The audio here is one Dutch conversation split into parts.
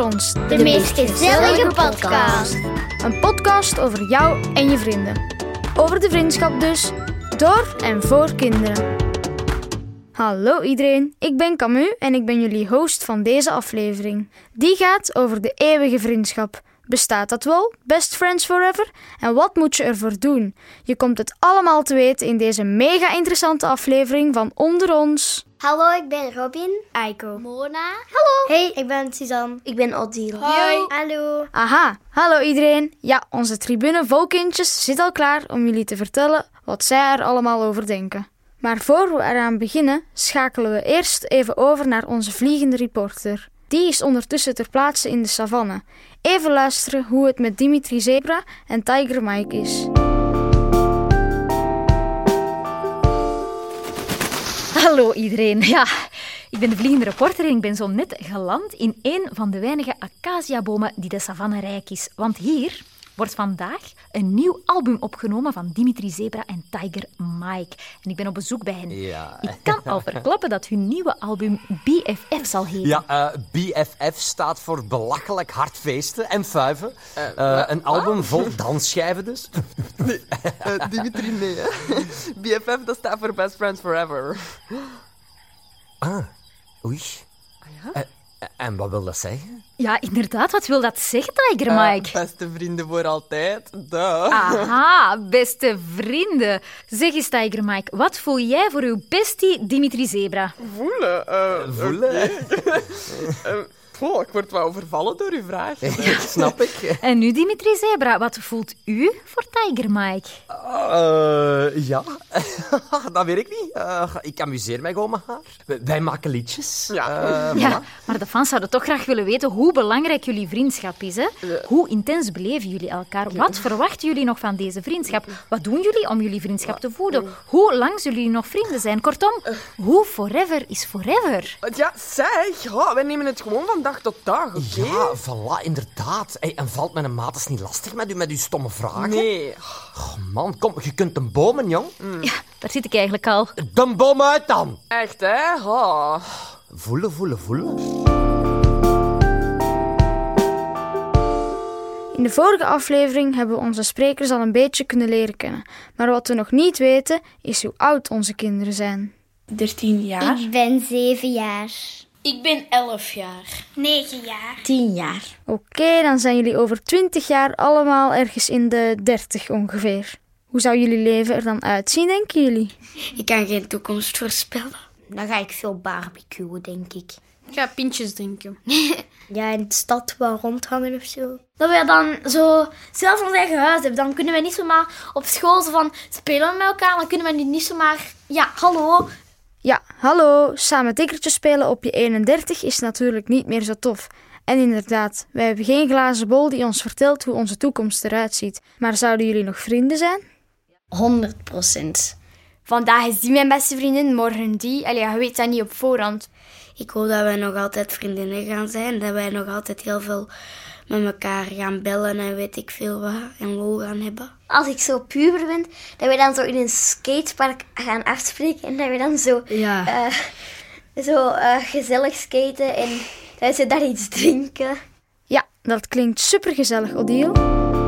ons, de meest gezellige podcast. Een podcast over jou en je vrienden. Over de vriendschap dus, door en voor kinderen. Hallo iedereen, ik ben Camus en ik ben jullie host van deze aflevering. Die gaat over de eeuwige vriendschap. Bestaat dat wel? Best friends forever? En wat moet je ervoor doen? Je komt het allemaal te weten in deze mega interessante aflevering van Onder Ons. Hallo, ik ben Robin. Aiko. Mona. Hallo. Hey, ik ben Suzanne. Ik ben Odile. Hoi. Hallo. Aha, hallo iedereen. Ja, onze tribune vol kindjes zit al klaar om jullie te vertellen wat zij er allemaal over denken. Maar voor we eraan beginnen, schakelen we eerst even over naar onze vliegende reporter. Die is ondertussen ter plaatse in de savanne. Even luisteren hoe het met Dimitri Zebra en Tiger Mike is. Hallo iedereen. Ja, ik ben de vliegende reporter en ik ben zo net geland in een van de weinige acaciabomen die de savanne rijk is. Want hier wordt vandaag een nieuw album opgenomen van Dimitri Zebra en Tiger Mike. En ik ben op bezoek bij hen. Ja. Ik kan al verklappen dat hun nieuwe album BFF zal heten. Ja, BFF staat voor belachelijk hard feesten en fuiven. Een album vol dansschijven dus. Dimitri, nee, hè. BFF, dat staat voor Best Friends Forever. Oei. Ja? En wat wil dat zeggen? Ja, inderdaad. Wat wil dat zeggen, Tiger Mike? Beste vrienden voor altijd. Duh. Aha, beste vrienden. Zeg eens, Tiger Mike, wat voel jij voor uw bestie Dimitri Zebra? Voelen? Voelen? Ik word wel overvallen door uw vraag. Snap ik. En nu, Dimitri Zebra, wat voelt u voor Tiger Mike? Ja. Dat weet ik niet. Ik amuseer mij gewoon met haar. Wij maken liedjes. Ja. Ja, maar de fans zouden toch graag willen weten hoe belangrijk jullie vriendschap is. Hè? Hoe intens beleven jullie elkaar? Wat verwachten jullie nog van deze vriendschap? Wat doen jullie om jullie vriendschap te voeden? Hoe lang zullen jullie nog vrienden zijn? Kortom, hoe forever is forever? Ja, zeg. Wij nemen het gewoon van dag tot dag, oké? Ja, voilà, inderdaad. Hey, en valt mijn maat eens niet lastig met uw stomme vragen? Nee. Oh, man, kom, je kunt een bomen, jong. Ja, daar zit ik eigenlijk al. De boom uit dan. Echt, hè? Voelen. In de vorige aflevering hebben we onze sprekers al een beetje kunnen leren kennen. Maar wat we nog niet weten, is hoe oud onze kinderen zijn. 13 jaar. Ik ben 7 jaar. Ik ben 11 jaar. 9 jaar. 10 jaar. Oké, dan zijn jullie over 20 jaar allemaal ergens in de 30 ongeveer. Hoe zou jullie leven er dan uitzien, denken jullie? Ik kan geen toekomst voorspellen. Dan ga ik veel barbecuen, denk ik. Ik ga pintjes drinken. Ja, in de stad wel rondhangen of zo. Dat wij dan zo zelf ons eigen huis hebben. Dan kunnen we niet zomaar op school zo van spelen met elkaar. Dan kunnen we niet zomaar... Ja, hallo. Ja, hallo, samen tikkertjes spelen op je 31 is natuurlijk niet meer zo tof. En inderdaad, wij hebben geen glazen bol die ons vertelt hoe onze toekomst eruit ziet. Maar zouden jullie nog vrienden zijn? 100%. Vandaag is die mijn beste vriendin, morgen die. Allee, je weet dat niet op voorhand. Ik hoop dat wij nog altijd vriendinnen gaan zijn. Dat wij nog altijd heel veel met elkaar gaan bellen en weet ik veel wat. En lol gaan hebben. Als ik zo puber ben, dat we dan zo in een skatepark gaan afspreken. En dat we dan zo, gezellig skaten en dat ze daar iets drinken. Ja, dat klinkt supergezellig, Odile.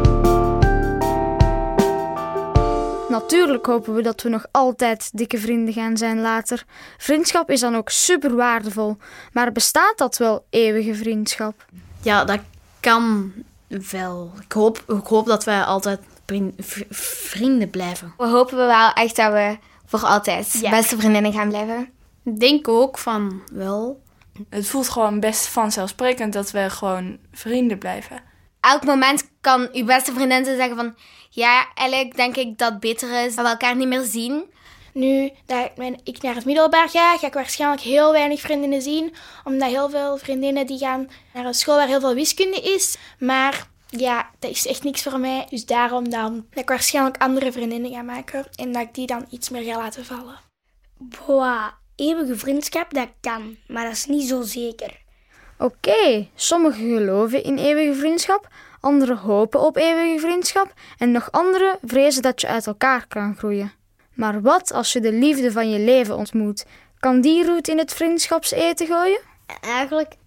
Natuurlijk hopen we dat we nog altijd dikke vrienden gaan zijn later. Vriendschap is dan ook super waardevol. Maar bestaat dat wel, eeuwige vriendschap? Ja, dat kan wel. Ik hoop dat wij altijd vrienden blijven. We hopen wel echt dat we voor altijd beste vriendinnen gaan blijven. Ik denk ook van wel. Het voelt gewoon best vanzelfsprekend dat we gewoon vrienden blijven. Elk moment kan uw beste vriendin zeggen van... Ja, eigenlijk denk ik dat het beter is dat we elkaar niet meer zien. Nu dat ik naar het middelbaar ga ik waarschijnlijk heel weinig vriendinnen zien. Omdat heel veel vriendinnen die gaan naar een school waar heel veel wiskunde is. Maar ja, dat is echt niks voor mij. Dus daarom dan dat ik waarschijnlijk andere vriendinnen ga maken. En dat ik die dan iets meer ga laten vallen. Boah, eeuwige vriendschap, dat kan. Maar dat is niet zo zeker. Oké, sommigen geloven in eeuwige vriendschap, anderen hopen op eeuwige vriendschap en nog anderen vrezen dat je uit elkaar kan groeien. Maar wat als je de liefde van je leven ontmoet? Kan die roet in het vriendschapseten gooien? Eigenlijk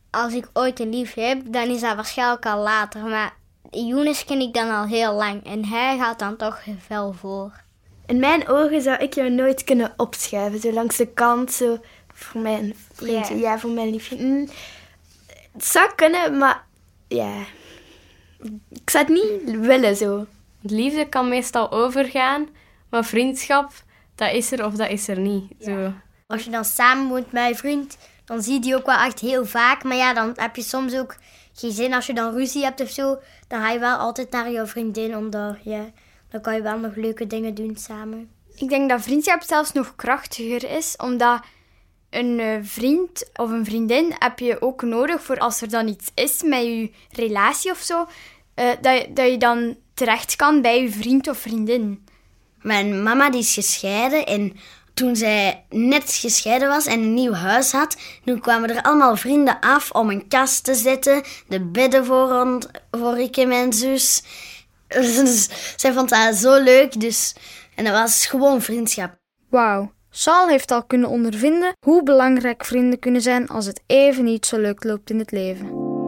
als ik ooit een lief heb, dan is dat waarschijnlijk al later. Maar Younes ken ik dan al heel lang en hij gaat dan toch wel voor. In mijn ogen zou ik jou nooit kunnen opschuiven, zo langs de kant, zo voor mijn vriendje. Ja, voor mijn liefje. Het zou kunnen, maar ja, ik zou het niet willen zo. Liefde kan meestal overgaan, maar vriendschap, dat is er of dat is er niet. Ja. Zo. Als je dan samen woont met je vriend, dan zie je die ook wel echt heel vaak. Maar ja, dan heb je soms ook geen zin als je dan ruzie hebt of zo. Dan ga je wel altijd naar je vriendin, omdat dan kan je wel nog leuke dingen doen samen. Ik denk dat vriendschap zelfs nog krachtiger is, omdat een vriend of een vriendin heb je ook nodig voor als er dan iets is met je relatie of zo, dat je dan terecht kan bij je vriend of vriendin. Mijn mama die is gescheiden en toen zij net gescheiden was en een nieuw huis had, toen kwamen er allemaal vrienden af om een kast te zetten, de bedden voor ik en mijn zus. Dus zij vond dat zo leuk, en dat was gewoon vriendschap. Wauw, Saul heeft al kunnen ondervinden hoe belangrijk vrienden kunnen zijn als het even niet zo leuk loopt in het leven.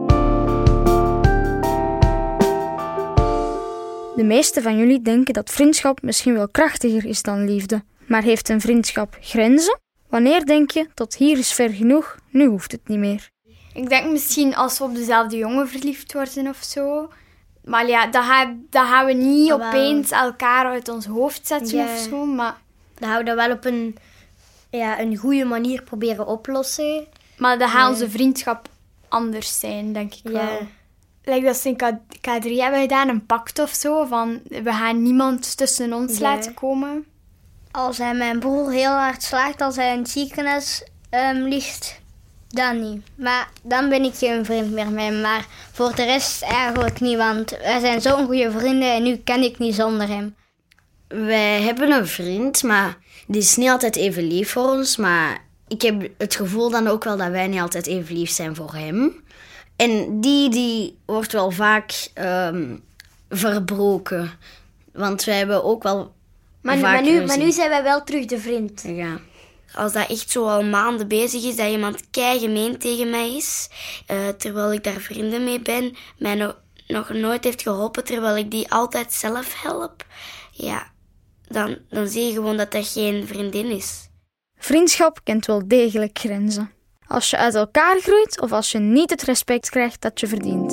De meeste van jullie denken dat vriendschap misschien wel krachtiger is dan liefde. Maar heeft een vriendschap grenzen? Wanneer denk je, tot hier is ver genoeg, nu hoeft het niet meer? Ik denk misschien als we op dezelfde jongen verliefd worden of zo. Maar ja, dat gaan we niet opeens elkaar uit ons hoofd zetten of zo. Maar dat gaan we dat wel op een goede manier proberen oplossen. Maar dan gaat onze vriendschap anders zijn, denk ik wel. Lijkt dat ze in K3 hebben gedaan, een pact of zo, van we gaan niemand tussen ons laten komen. Als hij mijn broer heel hard slaagt, als hij in het ziekenhuis ligt, dan niet. Maar dan ben ik geen vriend meer met hem. Maar voor de rest eigenlijk niet, want wij zijn zo'n goede vrienden en nu kan ik niet zonder hem. Wij hebben een vriend, maar die is niet altijd even lief voor ons. Maar ik heb het gevoel dan ook wel dat wij niet altijd even lief zijn voor hem. En die wordt wel vaak verbroken. Want wij hebben ook wel maar nu zijn wij wel terug de vriend. Ja. Als dat echt zo al maanden bezig is, dat iemand keigemeen tegen mij is, terwijl ik daar vrienden mee ben, mij nog nooit heeft geholpen, terwijl ik die altijd zelf help, ja, dan zie je gewoon dat dat geen vriendin is. Vriendschap kent wel degelijk grenzen. Als je uit elkaar groeit of als je niet het respect krijgt dat je verdient.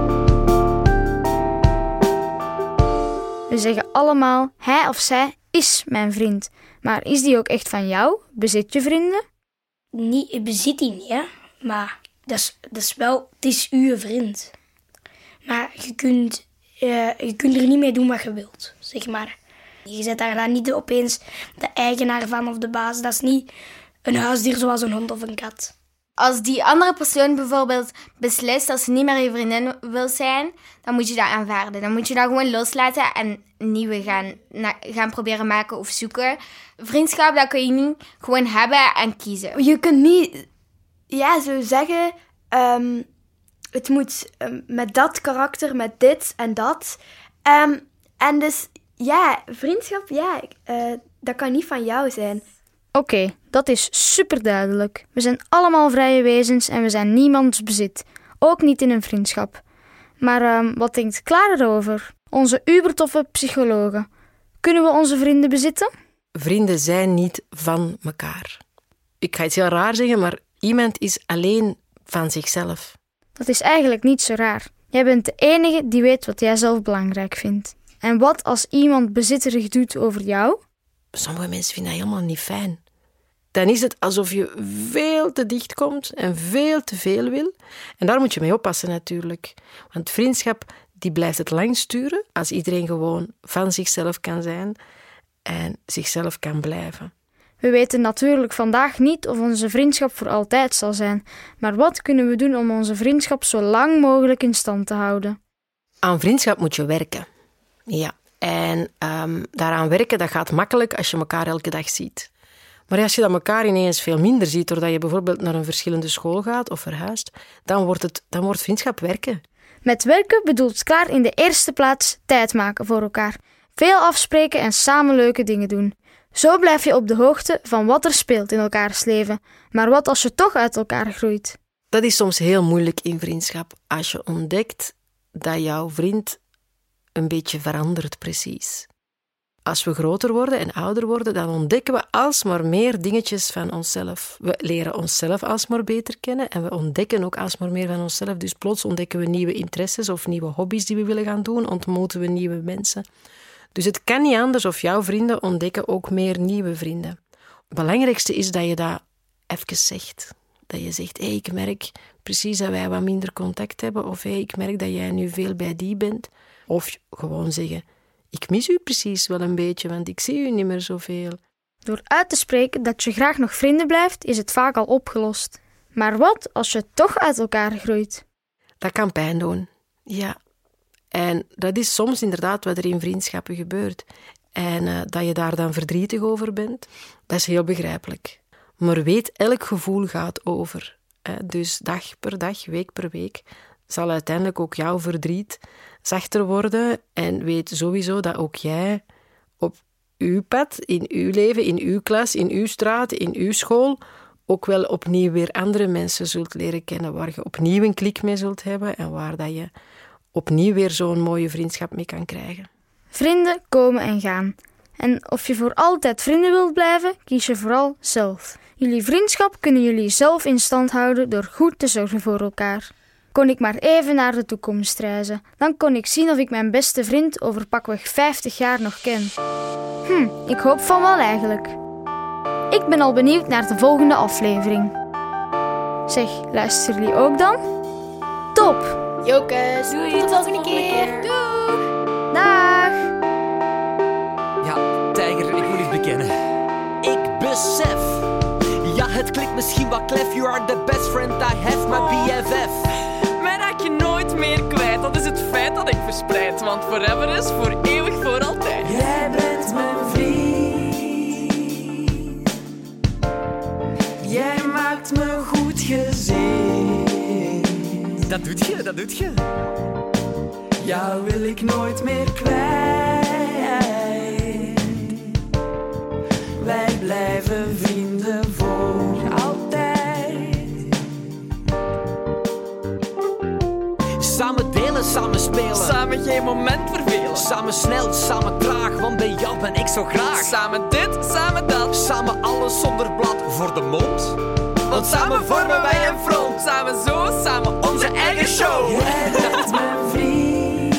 We zeggen allemaal, hij of zij is mijn vriend. Maar is die ook echt van jou? Bezit je vrienden? Ik bezit die niet, hè. Maar dat is wel, het is uw vriend. Maar je kunt er niet mee doen wat je wilt, zeg maar. Je zet daar dan niet opeens de eigenaar van of de baas. Dat is niet een huisdier zoals een hond of een kat. Als die andere persoon bijvoorbeeld beslist dat ze niet meer je vriendin wil zijn, dan moet je dat aanvaarden. Dan moet je dat gewoon loslaten en nieuwe gaan proberen maken of zoeken. Vriendschap, dat kun je niet gewoon hebben en kiezen. Je kunt niet zo zeggen, het moet met dat karakter, met dit en dat. En dus, vriendschap, dat kan niet van jou zijn. Oké, dat is superduidelijk. We zijn allemaal vrije wezens en we zijn niemands bezit. Ook niet in een vriendschap. Maar wat denkt Clara erover? Onze ubertoffe psychologe. Kunnen we onze vrienden bezitten? Vrienden zijn niet van elkaar. Ik ga iets heel raar zeggen, maar iemand is alleen van zichzelf. Dat is eigenlijk niet zo raar. Jij bent de enige die weet wat jij zelf belangrijk vindt. En wat als iemand bezitterig doet over jou? Sommige mensen vinden dat helemaal niet fijn. Dan is het alsof je veel te dicht komt en veel te veel wil. En daar moet je mee oppassen natuurlijk. Want vriendschap die blijft het lang sturen als iedereen gewoon van zichzelf kan zijn en zichzelf kan blijven. We weten natuurlijk vandaag niet of onze vriendschap voor altijd zal zijn. Maar wat kunnen we doen om onze vriendschap zo lang mogelijk in stand te houden? Aan vriendschap moet je werken. Ja. En daaraan werken, dat gaat makkelijk als je elkaar elke dag ziet. Maar als je dat elkaar ineens veel minder ziet, doordat je bijvoorbeeld naar een verschillende school gaat of verhuist, dan wordt vriendschap werken. Met werken bedoelt Klaar in de eerste plaats tijd maken voor elkaar. Veel afspreken en samen leuke dingen doen. Zo blijf je op de hoogte van wat er speelt in elkaars leven. Maar wat als je toch uit elkaar groeit? Dat is soms heel moeilijk in vriendschap. Als je ontdekt dat jouw vriend een beetje verandert precies. Als we groter worden en ouder worden, dan ontdekken we alsmaar meer dingetjes van onszelf. We leren onszelf alsmaar beter kennen en we ontdekken ook alsmaar meer van onszelf. Dus plots ontdekken we nieuwe interesses of nieuwe hobby's die we willen gaan doen, ontmoeten we nieuwe mensen. Dus het kan niet anders of jouw vrienden ontdekken ook meer nieuwe vrienden. Het belangrijkste is dat je dat even zegt. Dat je zegt, ik merk precies dat wij wat minder contact hebben. Of ik merk dat jij nu veel bij die bent. Of gewoon zeggen, ik mis u precies wel een beetje, want ik zie u niet meer zoveel. Door uit te spreken dat je graag nog vrienden blijft, is het vaak al opgelost. Maar wat als je toch uit elkaar groeit? Dat kan pijn doen, ja. En dat is soms inderdaad wat er in vriendschappen gebeurt. En dat je daar dan verdrietig over bent, dat is heel begrijpelijk. Maar weet, elk gevoel gaat over. Dus dag per dag, week per week, zal uiteindelijk ook jouw verdriet zachter worden. En weet sowieso dat ook jij op uw pad, in uw leven, in uw klas, in uw straat, in uw school, ook wel opnieuw weer andere mensen zult leren kennen, waar je opnieuw een klik mee zult hebben en waar dat je opnieuw weer zo'n mooie vriendschap mee kan krijgen. Vrienden komen en gaan. En of je voor altijd vrienden wilt blijven, kies je vooral zelf. Jullie vriendschap kunnen jullie zelf in stand houden door goed te zorgen voor elkaar. Kon ik maar even naar de toekomst reizen, dan kon ik zien of ik mijn beste vriend over pakweg 50 jaar nog ken. Ik hoop van wel eigenlijk. Ik ben al benieuwd naar de volgende aflevering. Zeg, luisteren jullie ook dan? Top! Jokes, Doei, tot de tot volgende de keer. Doeg! Dag! Ja, Tijger, ik moet iets bekennen. Ik besef. Ja, het klinkt misschien wat klef. You are the best friend I have, my BFF. Mij raak je nooit meer kwijt. Dat is het feit dat ik verspreid. Want forever is voor eeuwig, voor altijd. Jij bent mijn vriend. Jij maakt me goed gezien. Dat doet je, dat doet je. Jou wil ik nooit meer kwijt. Wij blijven vrienden voor altijd. Samen delen, samen spelen. Samen geen moment vervelen. Samen snel, samen traag, want bij jou ben ik zo graag. Samen dit, samen dat. Samen alles zonder blad voor de mond. Want samen vormen wij een front. Samen zo, samen onze eigen show. Jij bent mijn vriend.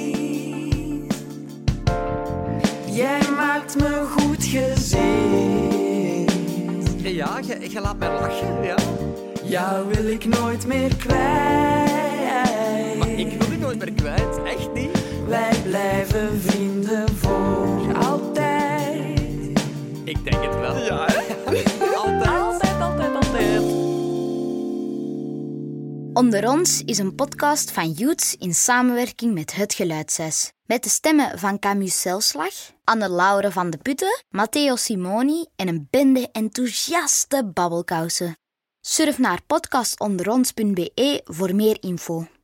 Jij maakt me goed gezien. Ja, je laat mij lachen, ja. Jou wil ik nooit meer kwijt. Maar ik wil je nooit meer kwijt, echt niet. Wij blijven vrienden voor altijd. Ik denk het wel. Ja, hè? Altijd. Onder ons is een podcast van Youths in samenwerking met Het Geluidses. Met de stemmen van Camus Zelslag, Anne-Laure van de Putten, Matteo Simoni en een bende enthousiaste babbelkousen. Surf naar podcastonderons.be voor meer info.